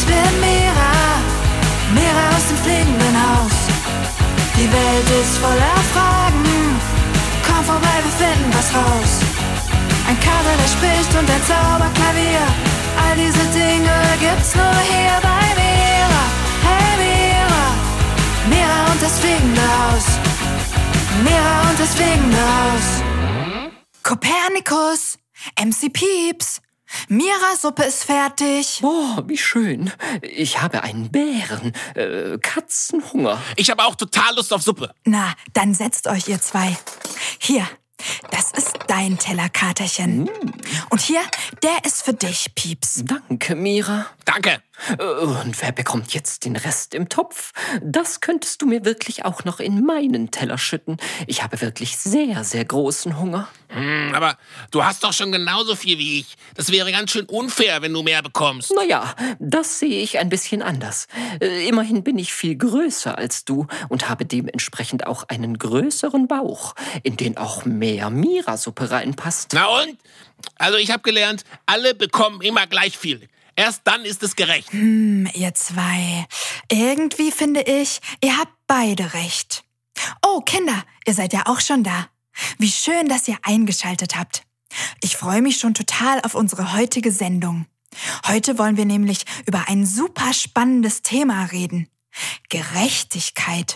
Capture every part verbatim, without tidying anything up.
Ich bin Mira, Mira aus dem fliegenden Haus. Die Welt ist voller Fragen, komm vorbei, wir finden was raus. Ein Kater, der spricht und ein Zauberklavier, all diese Dinge gibt's nur hier bei Mira. Hey Mira, Mira und das fliegende Haus. Mira und das fliegende Haus. Kopernikus, M C Pieps, Mira-Suppe ist fertig. Oh, wie schön. Ich habe einen Bären, äh, Katzenhunger. Ich habe auch total Lust auf Suppe. Na, dann setzt euch ihr zwei. Hier, das ist dein Teller, Katerchen. Mm. Und hier, der ist für dich, Pieps. Danke, Mira. Danke. Und wer bekommt jetzt den Rest im Topf? Das könntest du mir wirklich auch noch in meinen Teller schütten. Ich habe wirklich sehr, sehr großen Hunger. Hm, aber du hast doch schon genauso viel wie ich. Das wäre ganz schön unfair, wenn du mehr bekommst. Naja, das sehe ich ein bisschen anders. Äh, immerhin bin ich viel größer als du und habe dementsprechend auch einen größeren Bauch, in den auch mehr Mira-Suppe reinpasst. Na und? Also ich habe gelernt, alle bekommen immer gleich viel. Erst dann ist es gerecht. Hm, ihr zwei. Irgendwie finde ich, ihr habt beide recht. Oh, Kinder, ihr seid ja auch schon da. Wie schön, dass ihr eingeschaltet habt. Ich freue mich schon total auf unsere heutige Sendung. Heute wollen wir nämlich über ein super spannendes Thema reden. Gerechtigkeit.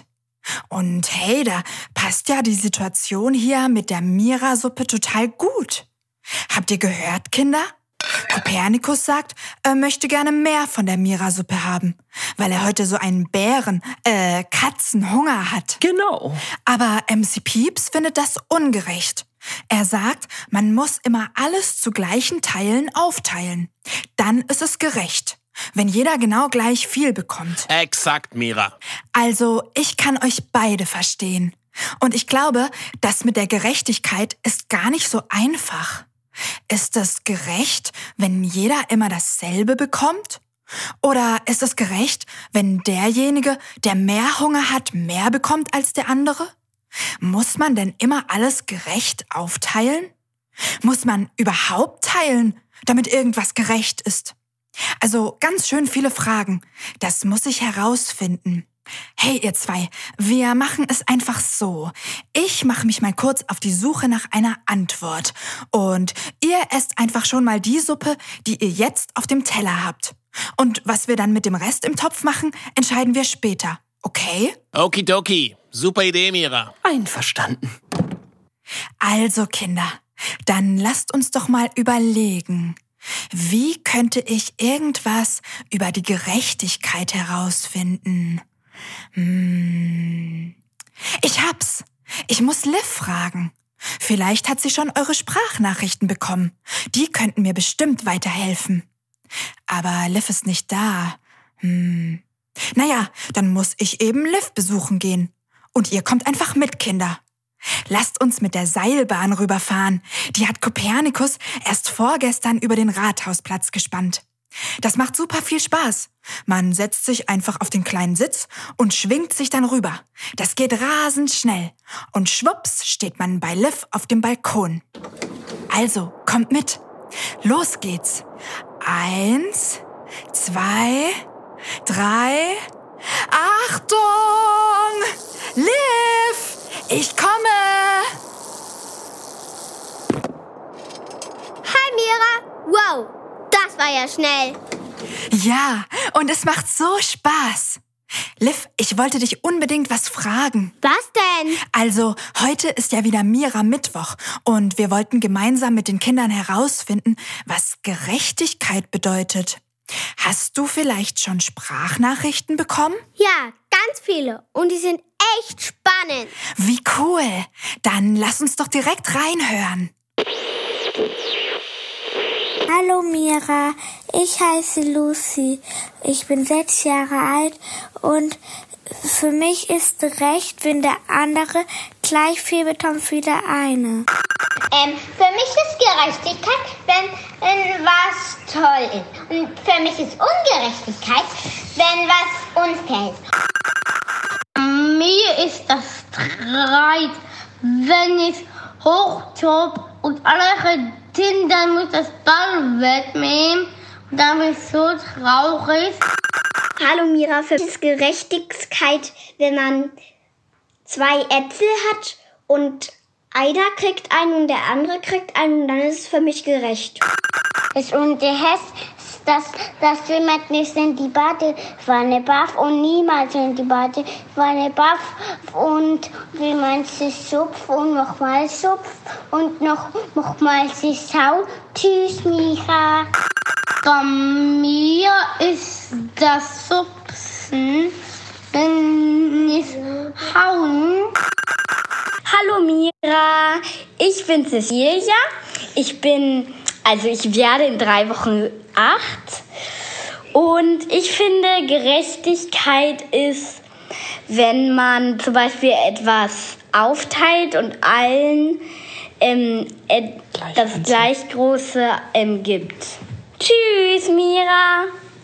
Und hey, da passt ja die Situation hier mit der Mira-Suppe total gut. Habt ihr gehört, Kinder? Kopernikus sagt, er möchte gerne mehr von der Mira-Suppe haben, weil er heute so einen Bären, äh, Katzenhunger hat. Genau. Aber M C Pieps findet das ungerecht. Er sagt, man muss immer alles zu gleichen Teilen aufteilen. Dann ist es gerecht, wenn jeder genau gleich viel bekommt. Exakt, Mira. Also, ich kann euch beide verstehen. Und ich glaube, das mit der Gerechtigkeit ist gar nicht so einfach. Ist es gerecht, wenn jeder immer dasselbe bekommt? Oder ist es gerecht, wenn derjenige, der mehr Hunger hat, mehr bekommt als der andere? Muss man denn immer alles gerecht aufteilen? Muss man überhaupt teilen, damit irgendwas gerecht ist? Also ganz schön viele Fragen. Das muss ich herausfinden. Hey, ihr zwei, wir machen es einfach so. Ich mache mich mal kurz auf die Suche nach einer Antwort. Und ihr esst einfach schon mal die Suppe, die ihr jetzt auf dem Teller habt. Und was wir dann mit dem Rest im Topf machen, entscheiden wir später. Okay? Okidoki. Super Idee, Mira. Einverstanden. Also, Kinder, dann lasst uns doch mal überlegen. Wie könnte ich irgendwas über die Gerechtigkeit herausfinden? Hm. Ich hab's. Ich muss Liv fragen. Vielleicht hat sie schon eure Sprachnachrichten bekommen. Die könnten mir bestimmt weiterhelfen. Aber Liv ist nicht da. Hm. Naja, dann muss ich eben Liv besuchen gehen. Und ihr kommt einfach mit, Kinder. Lasst uns mit der Seilbahn rüberfahren. Die hat Kopernikus erst vorgestern über den Rathausplatz gespannt. Das macht super viel Spaß. Man setzt sich einfach auf den kleinen Sitz und schwingt sich dann rüber. Das geht rasend schnell. Und schwupps steht man bei Liv auf dem Balkon. Also, kommt mit. Los geht's. Eins, zwei, drei. Achtung! Liv! Ich komme! Hi, Mira! Wow, das war ja schnell. Ja, und es macht so Spaß. Liv, ich wollte dich unbedingt was fragen. Was denn? Also, heute ist ja wieder Mira-Mittwoch und wir wollten gemeinsam mit den Kindern herausfinden, was Gerechtigkeit bedeutet. Hast du vielleicht schon Sprachnachrichten bekommen? Ja, ganz viele. Und die sind echt spannend. Wie cool. Dann lass uns doch direkt reinhören. Hallo Mira, ich heiße Lucy. Ich bin sechs Jahre alt und für mich ist recht, wenn der andere gleich viel bekommt wie der eine. Ähm, für mich ist Gerechtigkeit, wenn, wenn was toll ist. Und für mich ist Ungerechtigkeit, wenn was unfair ist. Mir ist das Streit, wenn ich hochtob und alle Kinder muss das Ball wegnehmen. Und dann bin ich so traurig. Hallo Mira, für mich ist Gerechtigkeit, wenn man zwei Äpfel hat und einer kriegt einen und der andere kriegt einen und dann ist es für mich gerecht. Es und der Hess, dass, dass jemand nicht in die Badewanne darf und niemals in die Badewanne darf und wie man sich supft und nochmal supft und noch, noch mal sich saut. Tschüss, Mira. Bei mir ist das Supfen, nicht hauen. Hallo Mira, ich bin Cecilia. Ich bin, also ich werde in drei Wochen acht. Und ich finde, Gerechtigkeit ist, wenn man zum Beispiel etwas aufteilt und allen ähm, et- das gleich große ähm, gibt. Tschüss, Mira.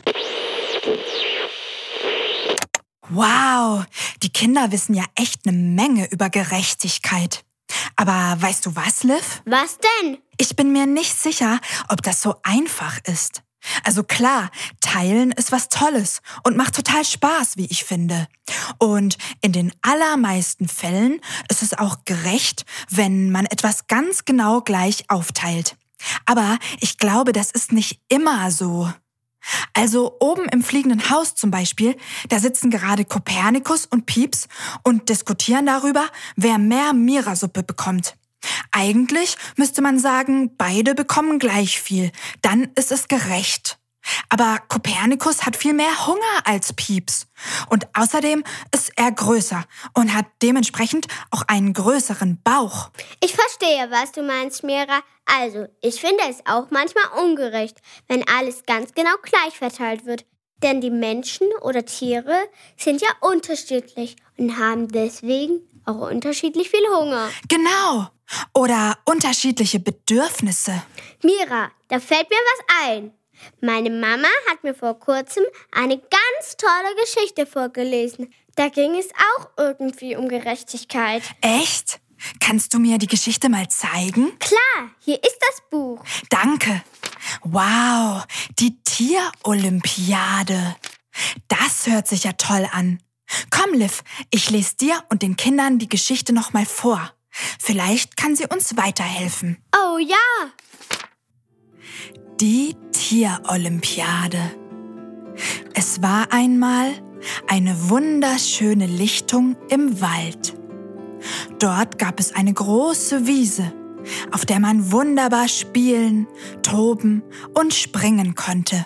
Wow, die Kinder wissen ja echt eine Menge über Gerechtigkeit. Aber weißt du was, Liv? Was denn? Ich bin mir nicht sicher, ob das so einfach ist. Also klar, teilen ist was Tolles und macht total Spaß, wie ich finde. Und in den allermeisten Fällen ist es auch gerecht, wenn man etwas ganz genau gleich aufteilt. Aber ich glaube, das ist nicht immer so. Also oben im fliegenden Haus zum Beispiel, da sitzen gerade Kopernikus und Pieps und diskutieren darüber, wer mehr Mira-Suppe bekommt. Eigentlich müsste man sagen, beide bekommen gleich viel, dann ist es gerecht. Aber Kopernikus hat viel mehr Hunger als Pieps. Und außerdem ist er größer und hat dementsprechend auch einen größeren Bauch. Ich verstehe, was du meinst, Mira. Also, ich finde es auch manchmal ungerecht, wenn alles ganz genau gleich verteilt wird. Denn die Menschen oder Tiere sind ja unterschiedlich und haben deswegen auch unterschiedlich viel Hunger. Genau. Oder unterschiedliche Bedürfnisse. Mira, da fällt mir was ein. Meine Mama hat mir vor kurzem eine ganz tolle Geschichte vorgelesen. Da ging es auch irgendwie um Gerechtigkeit. Echt? Kannst du mir die Geschichte mal zeigen? Klar, hier ist das Buch. Danke. Wow, die Tierolympiade. Das hört sich ja toll an. Komm, Liv, ich lese dir und den Kindern die Geschichte noch mal vor. Vielleicht kann sie uns weiterhelfen. Oh ja! Die Tierolympiade. Es war einmal eine wunderschöne Lichtung im Wald. Dort gab es eine große Wiese, auf der man wunderbar spielen, toben und springen konnte.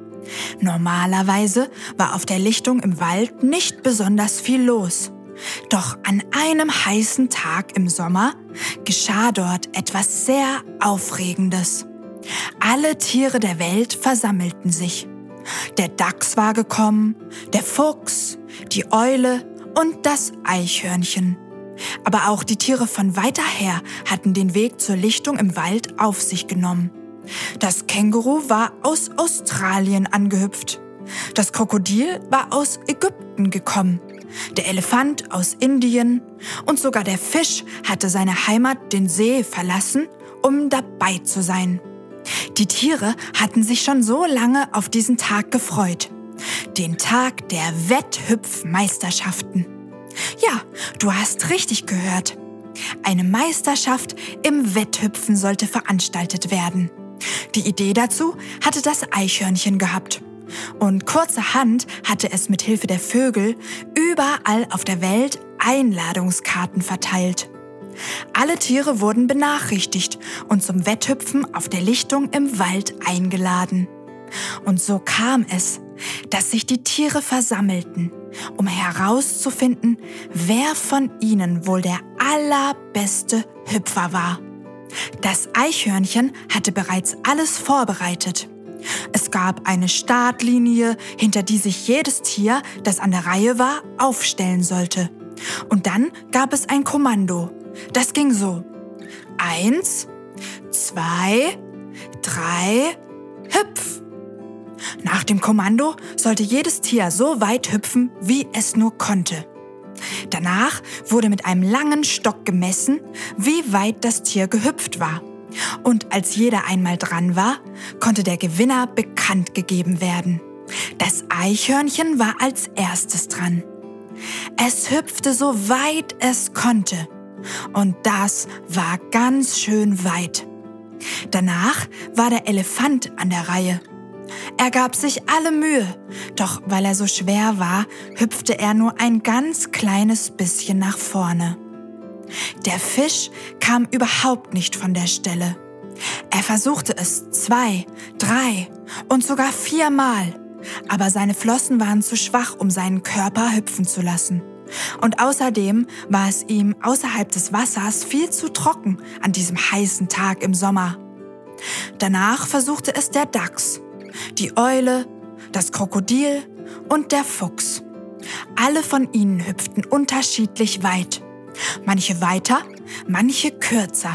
Normalerweise war auf der Lichtung im Wald nicht besonders viel los. Doch an einem heißen Tag im Sommer geschah dort etwas sehr Aufregendes. Alle Tiere der Welt versammelten sich. Der Dachs war gekommen, der Fuchs, die Eule und das Eichhörnchen. Aber auch die Tiere von weiter her hatten den Weg zur Lichtung im Wald auf sich genommen. Das Känguru war aus Australien angehüpft. Das Krokodil war aus Ägypten gekommen. Der Elefant aus Indien und sogar der Fisch hatte seine Heimat, den See, verlassen, um dabei zu sein. Die Tiere hatten sich schon so lange auf diesen Tag gefreut. Den Tag der Wetthüpfmeisterschaften. Ja, du hast richtig gehört. Eine Meisterschaft im Wetthüpfen sollte veranstaltet werden. Die Idee dazu hatte das Eichhörnchen gehabt. Und kurzerhand hatte es mit Hilfe der Vögel überall auf der Welt Einladungskarten verteilt. Alle Tiere wurden benachrichtigt und zum Wetthüpfen auf der Lichtung im Wald eingeladen. Und so kam es, dass sich die Tiere versammelten, um herauszufinden, wer von ihnen wohl der allerbeste Hüpfer war. Das Eichhörnchen hatte bereits alles vorbereitet. Es gab eine Startlinie, hinter die sich jedes Tier, das an der Reihe war, aufstellen sollte. Und dann gab es ein Kommando. Das ging so. Eins, zwei, drei, hüpf! Nach dem Kommando sollte jedes Tier so weit hüpfen, wie es nur konnte. Danach wurde mit einem langen Stock gemessen, wie weit das Tier gehüpft war. Und als jeder einmal dran war, konnte der Gewinner bekannt gegeben werden. Das Eichhörnchen war als erstes dran. Es hüpfte so weit es konnte. Und das war ganz schön weit. Danach war der Elefant an der Reihe. Er gab sich alle Mühe, doch weil er so schwer war, hüpfte er nur ein ganz kleines bisschen nach vorne. Der Fisch kam überhaupt nicht von der Stelle. Er versuchte es zwei, drei und sogar viermal, aber seine Flossen waren zu schwach, um seinen Körper hüpfen zu lassen. Und außerdem war es ihm außerhalb des Wassers viel zu trocken an diesem heißen Tag im Sommer. Danach versuchte es der Dachs, die Eule, das Krokodil und der Fuchs. Alle von ihnen hüpften unterschiedlich weit. Manche weiter, manche kürzer.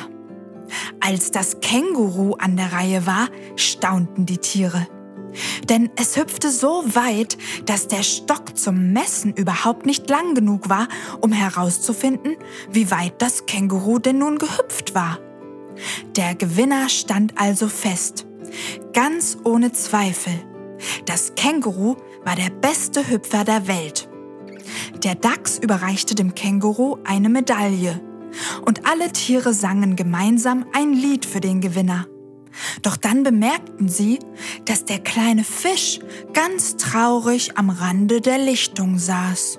Als das Känguru an der Reihe war, staunten die Tiere. Denn es hüpfte so weit, dass der Stock zum Messen überhaupt nicht lang genug war, um herauszufinden, wie weit das Känguru denn nun gehüpft war. Der Gewinner stand also fest, ganz ohne Zweifel. Das Känguru war der beste Hüpfer der Welt. Der Dachs überreichte dem Känguru eine Medaille und alle Tiere sangen gemeinsam ein Lied für den Gewinner. Doch dann bemerkten sie, dass der kleine Fisch ganz traurig am Rande der Lichtung saß.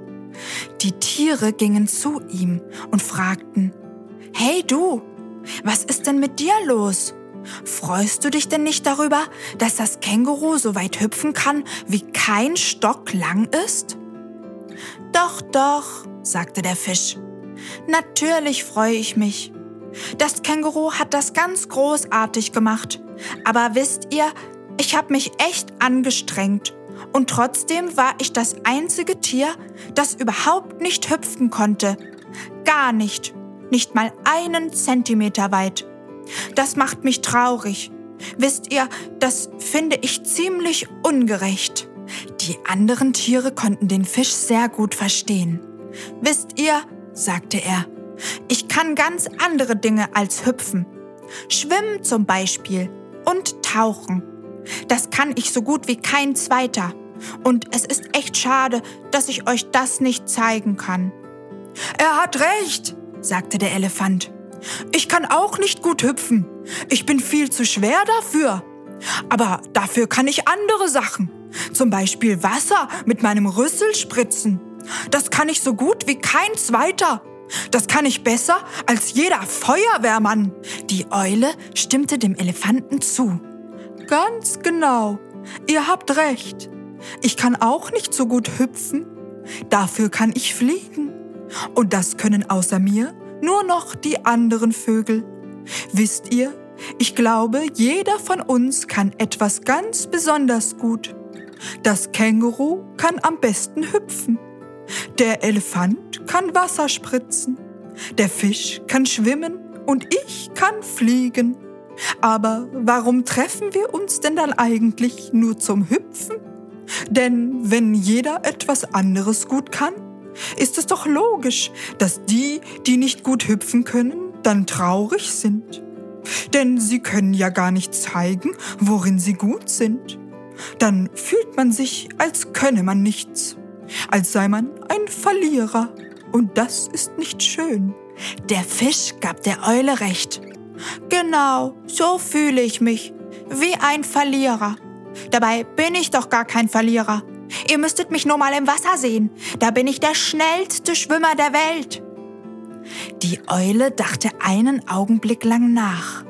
Die Tiere gingen zu ihm und fragten: »Hey du, was ist denn mit dir los? Freust du dich denn nicht darüber, dass das Känguru so weit hüpfen kann, wie kein Stock lang ist?« »Doch, doch«, sagte der Fisch. »Natürlich freue ich mich. Das Känguru hat das ganz großartig gemacht. Aber wisst ihr, ich habe mich echt angestrengt. Und trotzdem war ich das einzige Tier, das überhaupt nicht hüpfen konnte. Gar nicht. Nicht mal einen Zentimeter weit. Das macht mich traurig. Wisst ihr, das finde ich ziemlich ungerecht.« Die anderen Tiere konnten den Fisch sehr gut verstehen. »Wisst ihr«, sagte er, »ich kann ganz andere Dinge als hüpfen. Schwimmen zum Beispiel und tauchen. Das kann ich so gut wie kein zweiter. Und es ist echt schade, dass ich euch das nicht zeigen kann.« »Er hat recht«, sagte der Elefant. »Ich kann auch nicht gut hüpfen. Ich bin viel zu schwer dafür. Aber dafür kann ich andere Sachen. Zum Beispiel Wasser mit meinem Rüssel spritzen. Das kann ich so gut wie kein zweiter. Das kann ich besser als jeder Feuerwehrmann.« Die Eule stimmte dem Elefanten zu. »Ganz genau, ihr habt recht. Ich kann auch nicht so gut hüpfen. Dafür kann ich fliegen. Und das können außer mir nur noch die anderen Vögel. Wisst ihr, ich glaube, jeder von uns kann etwas ganz besonders gut. Das Känguru kann am besten hüpfen. Der Elefant kann Wasser spritzen. Der Fisch kann schwimmen und ich kann fliegen. Aber warum treffen wir uns denn dann eigentlich nur zum Hüpfen? Denn wenn jeder etwas anderes gut kann, ist es doch logisch, dass die, die nicht gut hüpfen können, dann traurig sind. Denn sie können ja gar nicht zeigen, worin sie gut sind. Dann fühlt man sich, als könne man nichts, als sei man ein Verlierer. Und das ist nicht schön.« Der Fisch gab der Eule recht. »Genau, so fühle ich mich, wie ein Verlierer. Dabei bin ich doch gar kein Verlierer. Ihr müsstet mich nur mal im Wasser sehen. Da bin ich der schnellste Schwimmer der Welt.« Die Eule dachte einen Augenblick lang nach.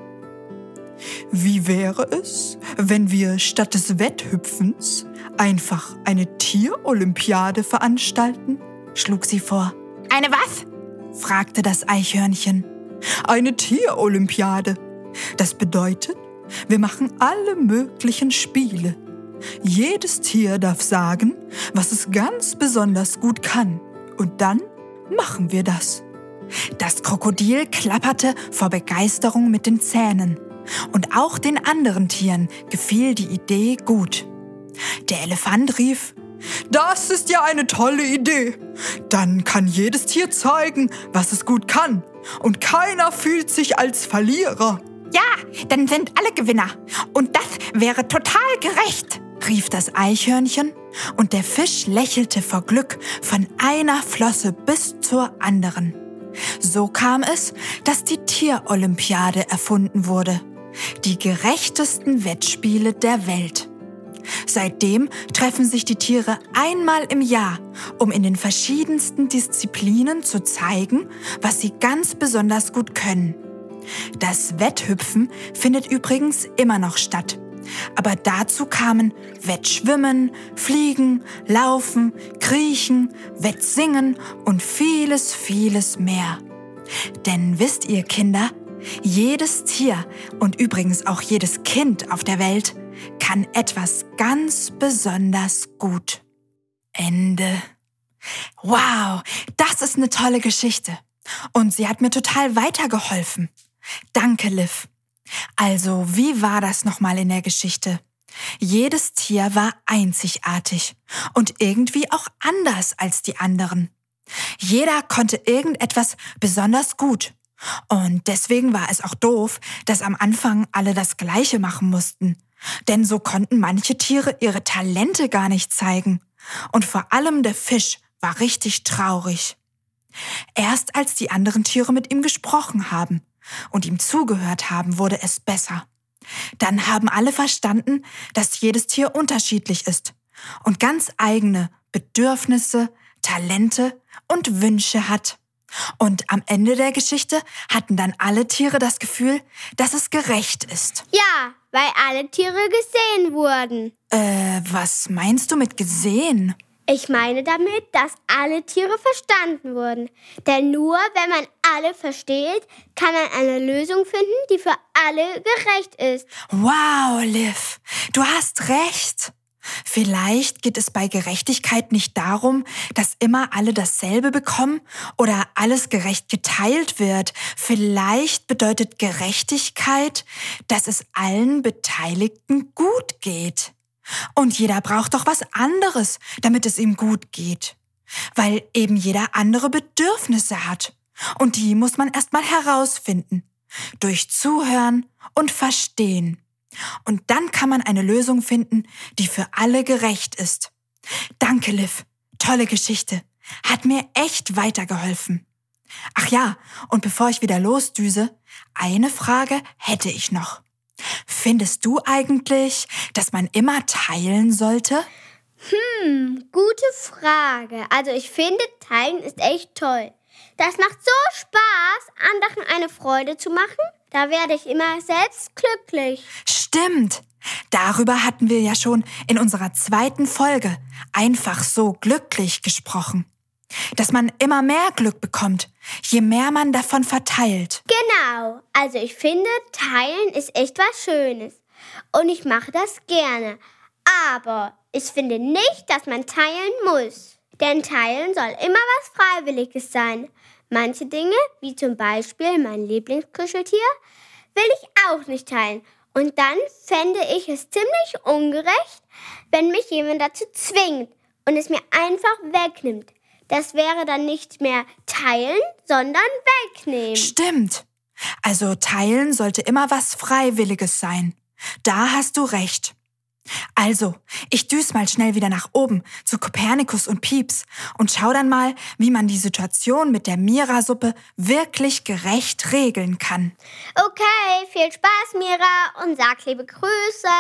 »Wie wäre es, wenn wir statt des Wetthüpfens einfach eine Tierolympiade veranstalten?« schlug sie vor. »Eine was?« fragte das Eichhörnchen. »Eine Tierolympiade. Das bedeutet, wir machen alle möglichen Spiele. Jedes Tier darf sagen, was es ganz besonders gut kann. Und dann machen wir das.« Das Krokodil klapperte vor Begeisterung mit den Zähnen. Und auch den anderen Tieren gefiel die Idee gut. Der Elefant rief: »Das ist ja eine tolle Idee. Dann kann jedes Tier zeigen, was es gut kann. Und keiner fühlt sich als Verlierer.« »Ja, dann sind alle Gewinner. Und das wäre total gerecht«, rief das Eichhörnchen, und der Fisch lächelte vor Glück von einer Flosse bis zur anderen. So kam es, dass die Tierolympiade erfunden wurde. Die gerechtesten Wettspiele der Welt. Seitdem treffen sich die Tiere einmal im Jahr, um in den verschiedensten Disziplinen zu zeigen, was sie ganz besonders gut können. Das Wetthüpfen findet übrigens immer noch statt. Aber dazu kamen Wettschwimmen, Fliegen, Laufen, Kriechen, Wettsingen und vieles, vieles mehr. Denn wisst ihr, Kinder, jedes Tier und übrigens auch jedes Kind auf der Welt kann etwas ganz besonders gut. Ende. Wow, das ist eine tolle Geschichte. Und sie hat mir total weitergeholfen. Danke, Liv. Also, wie war das nochmal in der Geschichte? Jedes Tier war einzigartig und irgendwie auch anders als die anderen. Jeder konnte irgendetwas besonders gut. Und deswegen war es auch doof, dass am Anfang alle das Gleiche machen mussten. Denn so konnten manche Tiere ihre Talente gar nicht zeigen. Und vor allem der Fisch war richtig traurig. Erst als die anderen Tiere mit ihm gesprochen haben und ihm zugehört haben, wurde es besser. Dann haben alle verstanden, dass jedes Tier unterschiedlich ist und ganz eigene Bedürfnisse, Talente und Wünsche hat. Und am Ende der Geschichte hatten dann alle Tiere das Gefühl, dass es gerecht ist. Ja, weil alle Tiere gesehen wurden. Äh, was meinst du mit gesehen? Ich meine damit, dass alle Tiere verstanden wurden. Denn nur wenn man alle versteht, kann man eine Lösung finden, die für alle gerecht ist. Wow, Liv, du hast recht. Vielleicht geht es bei Gerechtigkeit nicht darum, dass immer alle dasselbe bekommen oder alles gerecht geteilt wird. Vielleicht bedeutet Gerechtigkeit, dass es allen Beteiligten gut geht. Und jeder braucht doch was anderes, damit es ihm gut geht. Weil eben jeder andere Bedürfnisse hat. Und die muss man erstmal herausfinden. Durch Zuhören und Verstehen. Und dann kann man eine Lösung finden, die für alle gerecht ist. Danke, Liv. Tolle Geschichte. Hat mir echt weitergeholfen. Ach ja, und bevor ich wieder losdüse, eine Frage hätte ich noch. Findest du eigentlich, dass man immer teilen sollte? Hm, gute Frage. Also ich finde, teilen ist echt toll. Das macht so Spaß, anderen eine Freude zu machen. Da werde ich immer selbst glücklich. Stimmt. Darüber hatten wir ja schon in unserer zweiten Folge einfach so glücklich gesprochen. Dass man immer mehr Glück bekommt, je mehr man davon verteilt. Genau. Also ich finde, teilen ist echt was Schönes. Und ich mache das gerne. Aber ich finde nicht, dass man teilen muss. Denn teilen soll immer was Freiwilliges sein. Manche Dinge, wie zum Beispiel mein Lieblingskuscheltier, will ich auch nicht teilen. Und dann fände ich es ziemlich ungerecht, wenn mich jemand dazu zwingt und es mir einfach wegnimmt. Das wäre dann nicht mehr teilen, sondern wegnehmen. Stimmt. Also teilen sollte immer was Freiwilliges sein. Da hast du recht. Also, ich düse mal schnell wieder nach oben zu Kopernikus und Pieps und schau dann mal, wie man die Situation mit der Mira-Suppe wirklich gerecht regeln kann. Okay, viel Spaß, Mira, und sag liebe Grüße.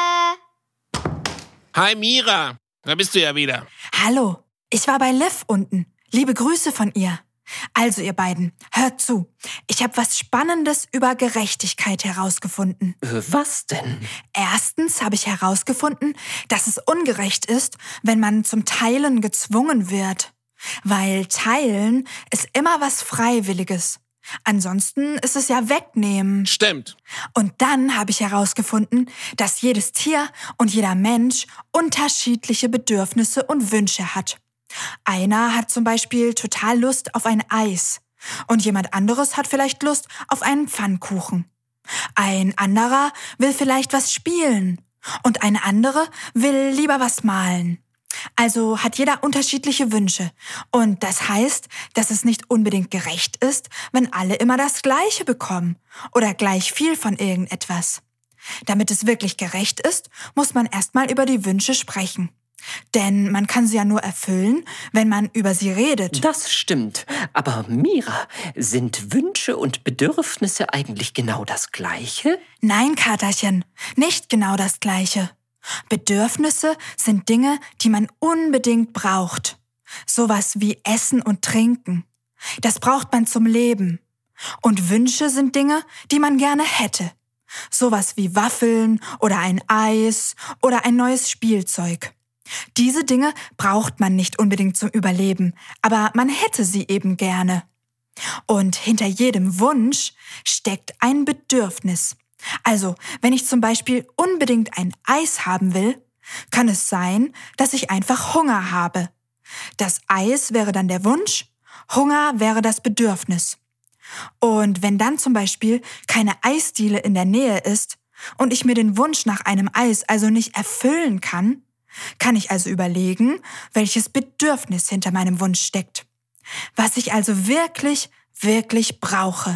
Hi Mira, da bist du ja wieder. Hallo, ich war bei Liv unten. Liebe Grüße von ihr. Also ihr beiden, hört zu. Ich habe was Spannendes über Gerechtigkeit herausgefunden. Äh, was denn? Erstens habe ich herausgefunden, dass es ungerecht ist, wenn man zum Teilen gezwungen wird. Weil Teilen ist immer was Freiwilliges. Ansonsten ist es ja wegnehmen. Stimmt. Und dann habe ich herausgefunden, dass jedes Tier und jeder Mensch unterschiedliche Bedürfnisse und Wünsche hat. Einer hat zum Beispiel total Lust auf ein Eis und jemand anderes hat vielleicht Lust auf einen Pfannkuchen. Ein anderer will vielleicht was spielen und ein anderer will lieber was malen. Also hat jeder unterschiedliche Wünsche und das heißt, dass es nicht unbedingt gerecht ist, wenn alle immer das Gleiche bekommen oder gleich viel von irgendetwas. Damit es wirklich gerecht ist, muss man erstmal über die Wünsche sprechen. Denn man kann sie ja nur erfüllen, wenn man über sie redet. Das stimmt. Aber Mira, sind Wünsche und Bedürfnisse eigentlich genau das Gleiche? Nein, Katerchen, nicht genau das Gleiche. Bedürfnisse sind Dinge, die man unbedingt braucht. Sowas wie Essen und Trinken. Das braucht man zum Leben. Und Wünsche sind Dinge, die man gerne hätte. Sowas wie Waffeln oder ein Eis oder ein neues Spielzeug. Diese Dinge braucht man nicht unbedingt zum Überleben, aber man hätte sie eben gerne. Und hinter jedem Wunsch steckt ein Bedürfnis. Also, wenn ich zum Beispiel unbedingt ein Eis haben will, kann es sein, dass ich einfach Hunger habe. Das Eis wäre dann der Wunsch, Hunger wäre das Bedürfnis. Und wenn dann zum Beispiel keine Eisdiele in der Nähe ist und ich mir den Wunsch nach einem Eis also nicht erfüllen kann, kann ich also überlegen, welches Bedürfnis hinter meinem Wunsch steckt. Was ich also wirklich, wirklich brauche.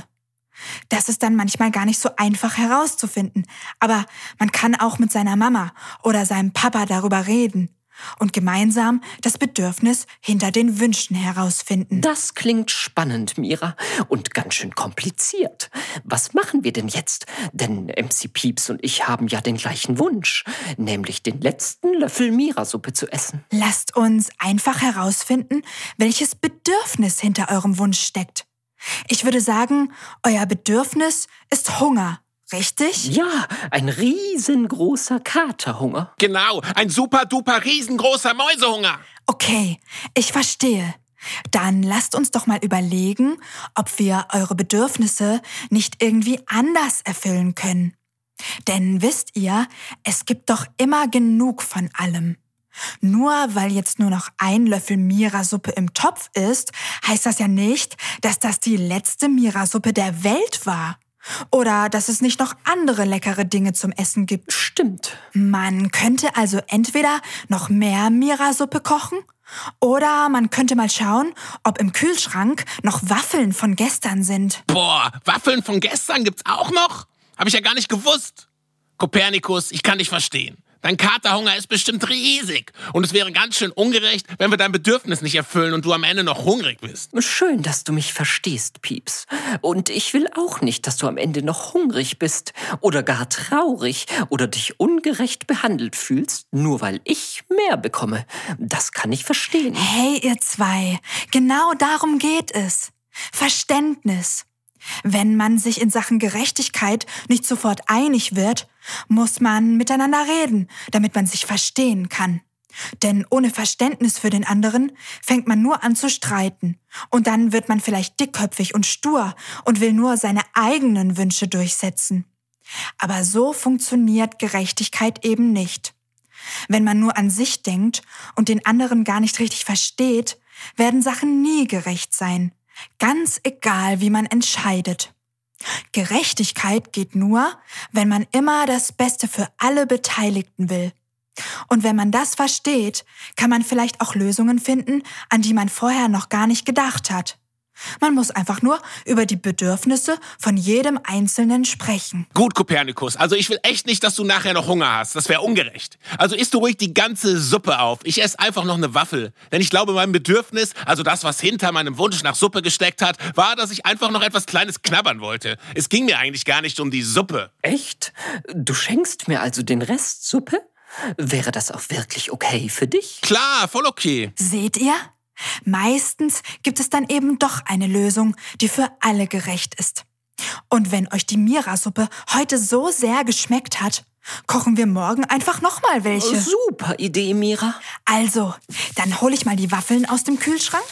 Das ist dann manchmal gar nicht so einfach herauszufinden, aber man kann auch mit seiner Mama oder seinem Papa darüber reden und gemeinsam das Bedürfnis hinter den Wünschen herausfinden. Das klingt spannend, Mira, und ganz schön kompliziert. Was machen wir denn jetzt? Denn M C Pieps und ich haben ja den gleichen Wunsch, nämlich den letzten Löffel Mira-Suppe zu essen. Lasst uns einfach herausfinden, welches Bedürfnis hinter eurem Wunsch steckt. Ich würde sagen, euer Bedürfnis ist Hunger. Richtig? Ja, ein riesengroßer Katerhunger. Genau, ein super duper riesengroßer Mäusehunger. Okay, ich verstehe. Dann lasst uns doch mal überlegen, ob wir eure Bedürfnisse nicht irgendwie anders erfüllen können. Denn wisst ihr, es gibt doch immer genug von allem. Nur weil jetzt nur noch ein Löffel Mira-Suppe im Topf ist, heißt das ja nicht, dass das die letzte Mira-Suppe der Welt war. Oder dass es nicht noch andere leckere Dinge zum Essen gibt. Stimmt. Man könnte also entweder noch mehr Mira-Suppe kochen oder man könnte mal schauen, ob im Kühlschrank noch Waffeln von gestern sind. Boah, Waffeln von gestern gibt's auch noch? Hab ich ja gar nicht gewusst. Kopernikus, ich kann dich verstehen. Dein Katerhunger ist bestimmt riesig. Und es wäre ganz schön ungerecht, wenn wir dein Bedürfnis nicht erfüllen und du am Ende noch hungrig bist. Schön, dass du mich verstehst, Pieps. Und ich will auch nicht, dass du am Ende noch hungrig bist oder gar traurig oder dich ungerecht behandelt fühlst, nur weil ich mehr bekomme. Das kann ich verstehen. Hey, ihr zwei, genau darum geht es. Verständnis. Wenn man sich in Sachen Gerechtigkeit nicht sofort einig wird, muss man miteinander reden, damit man sich verstehen kann. Denn ohne Verständnis für den anderen fängt man nur an zu streiten. Und dann wird man vielleicht dickköpfig und stur und will nur seine eigenen Wünsche durchsetzen. Aber so funktioniert Gerechtigkeit eben nicht. Wenn man nur an sich denkt und den anderen gar nicht richtig versteht, werden Sachen nie gerecht sein. Ganz egal, wie man entscheidet. Gerechtigkeit geht nur, wenn man immer das Beste für alle Beteiligten will. Und wenn man das versteht, kann man vielleicht auch Lösungen finden, an die man vorher noch gar nicht gedacht hat. Man muss einfach nur über die Bedürfnisse von jedem Einzelnen sprechen. Gut, Kopernikus, also ich will echt nicht, dass du nachher noch Hunger hast. Das wäre ungerecht. Also isst du ruhig die ganze Suppe auf. Ich esse einfach noch eine Waffel. Denn ich glaube, mein Bedürfnis, also das, was hinter meinem Wunsch nach Suppe gesteckt hat, war, dass ich einfach noch etwas Kleines knabbern wollte. Es ging mir eigentlich gar nicht um die Suppe. Echt? Du schenkst mir also den Rest Suppe? Wäre das auch wirklich okay für dich? Klar, voll okay. Seht ihr? Meistens gibt es dann eben doch eine Lösung, die für alle gerecht ist. Und wenn euch die Mira-Suppe heute so sehr geschmeckt hat, kochen wir morgen einfach nochmal welche. Super Idee, Mira. Also, dann hole ich mal die Waffeln aus dem Kühlschrank.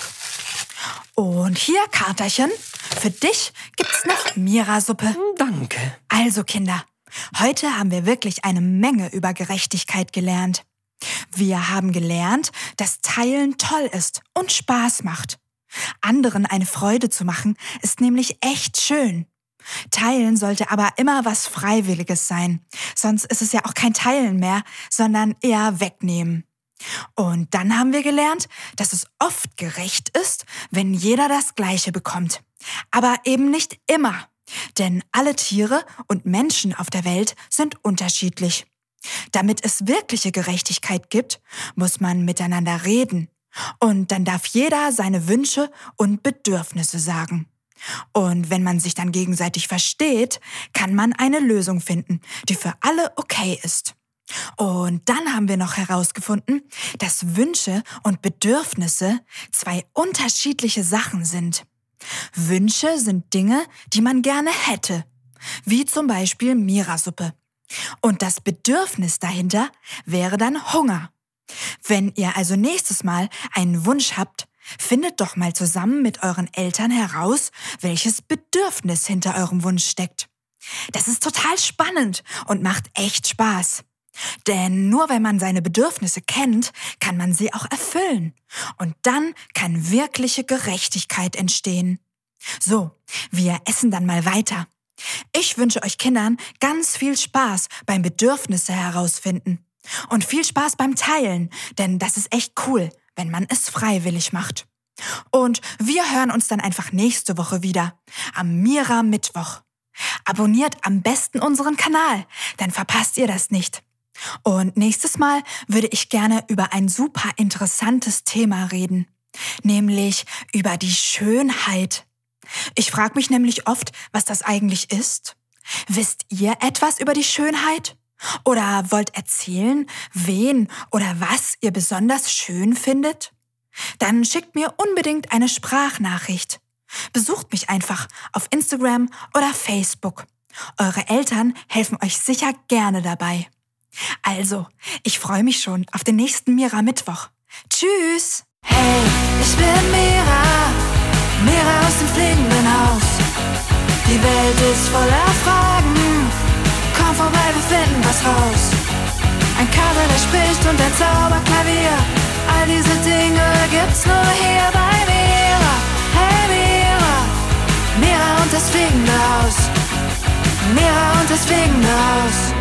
Und hier, Katerchen, für dich gibt's noch Mira-Suppe. Danke. Also, Kinder, heute haben wir wirklich eine Menge über Gerechtigkeit gelernt. Wir haben gelernt, dass Teilen toll ist und Spaß macht. Anderen eine Freude zu machen, ist nämlich echt schön. Teilen sollte aber immer was Freiwilliges sein. Sonst ist es ja auch kein Teilen mehr, sondern eher wegnehmen. Und dann haben wir gelernt, dass es oft gerecht ist, wenn jeder das Gleiche bekommt. Aber eben nicht immer. Denn alle Tiere und Menschen auf der Welt sind unterschiedlich. Damit es wirkliche Gerechtigkeit gibt, muss man miteinander reden. Und dann darf jeder seine Wünsche und Bedürfnisse sagen. Und wenn man sich dann gegenseitig versteht, kann man eine Lösung finden, die für alle okay ist. Und dann haben wir noch herausgefunden, dass Wünsche und Bedürfnisse zwei unterschiedliche Sachen sind. Wünsche sind Dinge, die man gerne hätte, wie zum Beispiel Mira-Suppe. Und das Bedürfnis dahinter wäre dann Hunger. Wenn ihr also nächstes Mal einen Wunsch habt, findet doch mal zusammen mit euren Eltern heraus, welches Bedürfnis hinter eurem Wunsch steckt. Das ist total spannend und macht echt Spaß. Denn nur wenn man seine Bedürfnisse kennt, kann man sie auch erfüllen. Und dann kann wirkliche Gerechtigkeit entstehen. So, wir essen dann mal weiter. Ich wünsche euch Kindern ganz viel Spaß beim Bedürfnisse herausfinden. Und viel Spaß beim Teilen, denn das ist echt cool, wenn man es freiwillig macht. Und wir hören uns dann einfach nächste Woche wieder, am Mira-Mittwoch. Abonniert am besten unseren Kanal, dann verpasst ihr das nicht. Und nächstes Mal würde ich gerne über ein super interessantes Thema reden, nämlich über die Schönheit. Ich frage mich nämlich oft, was das eigentlich ist. Wisst ihr etwas über die Schönheit? Oder wollt erzählen, wen oder was ihr besonders schön findet? Dann schickt mir unbedingt eine Sprachnachricht. Besucht mich einfach auf Instagram oder Facebook. Eure Eltern helfen euch sicher gerne dabei. Also, ich freue mich schon auf den nächsten Mira-Mittwoch. Tschüss! Hey, ich bin Mira, Mira aus dem fliegenden Haus. Die Welt ist voller Fragen, komm vorbei, wir finden was raus. Ein Kater, der spricht und ein Zauberklavier, all diese Dinge gibt's nur hier bei Mira. Hey Mira, Mira und das fliegende Haus, Mira und das fliegende Haus.